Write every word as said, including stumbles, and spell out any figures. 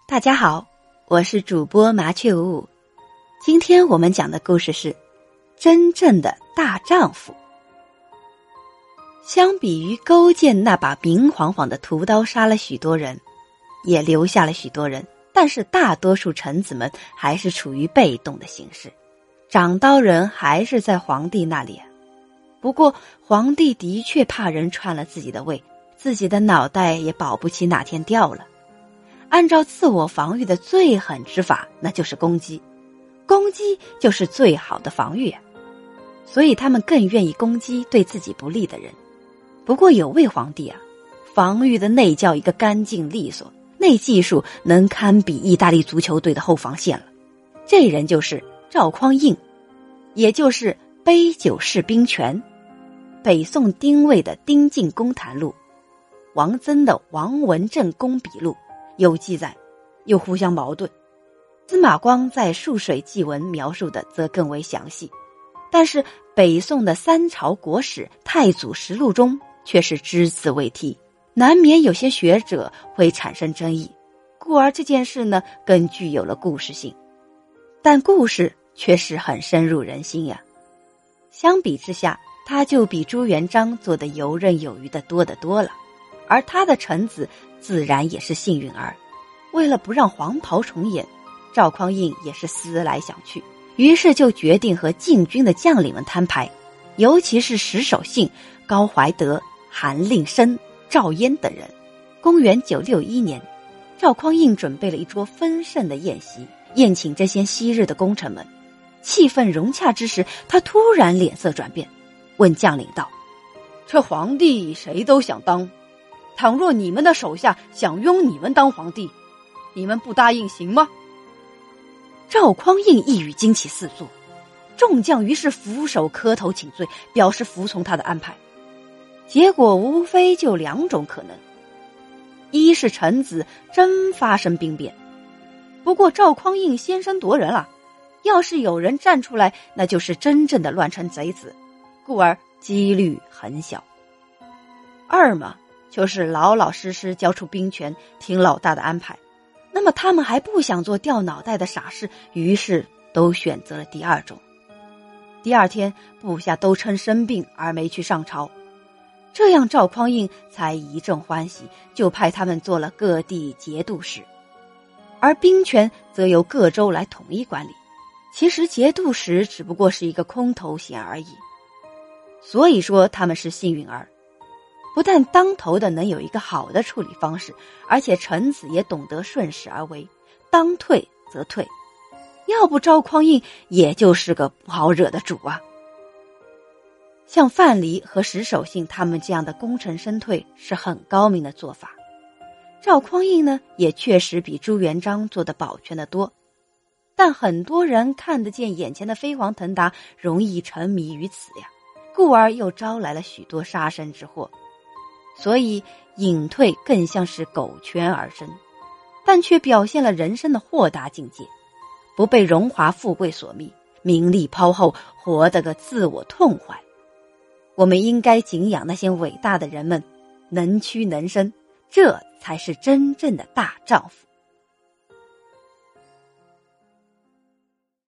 大家好，我是主播麻雀五五。今天我们讲的故事是真正的大丈夫。相比于勾践那把明晃晃的屠刀杀了许多人，也留下了许多人，但是大多数臣子们还是处于被动的形式，掌刀人还是在皇帝那里。不过皇帝的确怕人篡了自己的位，自己的脑袋也保不齐哪天掉了。按照自我防御的最狠之法，那就是攻击。攻击就是最好的防御啊，所以他们更愿意攻击对自己不利的人。不过有位皇帝啊，防御的内教一个干净利索，那技术能堪比意大利足球队的后防线了。这人就是赵匡胤，也就是杯酒释兵权。北宋丁谓的丁进公谈录，王曾的王文正公笔录有记载，又互相矛盾。司马光在涑水记文描述的则更为详细，但是北宋的三朝国史太祖实录中却是只字未提，难免有些学者会产生争议，故而这件事呢更具有了故事性，但故事却是很深入人心呀。相比之下，他就比朱元璋做得游刃有余的多得多了，而他的臣子自然也是幸运儿。为了不让黄袍重演，赵匡胤也是思来想去，于是就决定和禁军的将领们摊牌，尤其是石守信、高怀德、韩令生、赵燕等人。公元九六一年，赵匡胤准备了一桌丰盛的宴席，宴请这些昔日的功臣们。气氛融洽之时，他突然脸色转变，问将领道：这皇帝谁都想当，倘若你们的手下想拥你们当皇帝，你们不答应行吗？赵匡胤一语惊起四座，众将于是俯首磕头请罪，表示服从他的安排。结果无非就两种可能，一是臣子真发生兵变，不过赵匡胤先声夺人了，要是有人站出来，那就是真正的乱臣贼子，故而几率很小。二嘛，就是老老实实交出兵权，听老大的安排。那么他们还不想做掉脑袋的傻事，于是都选择了第二种。第二天部下都称生病而没去上朝，这样赵匡胤才一阵欢喜，就派他们做了各地节度使，而兵权则由各州来统一管理。其实节度使只不过是一个空头衔而已，所以说他们是幸运儿。不但当头的能有一个好的处理方式，而且臣子也懂得顺势而为，当退则退，要不赵匡胤也就是个不好惹的主啊。像范蠡和石守信他们这样的功成身退是很高明的做法。赵匡胤呢，也确实比朱元璋做得保全得多，但很多人看得见眼前的飞黄腾达，容易沉迷于此呀，故而又招来了许多杀身之祸。所以隐退更像是苟全而生，但却表现了人生的豁达境界，不被荣华富贵所迷，名利抛后，活得个自我痛快。我们应该敬仰那些伟大的人们，能屈能伸，这才是真正的大丈夫。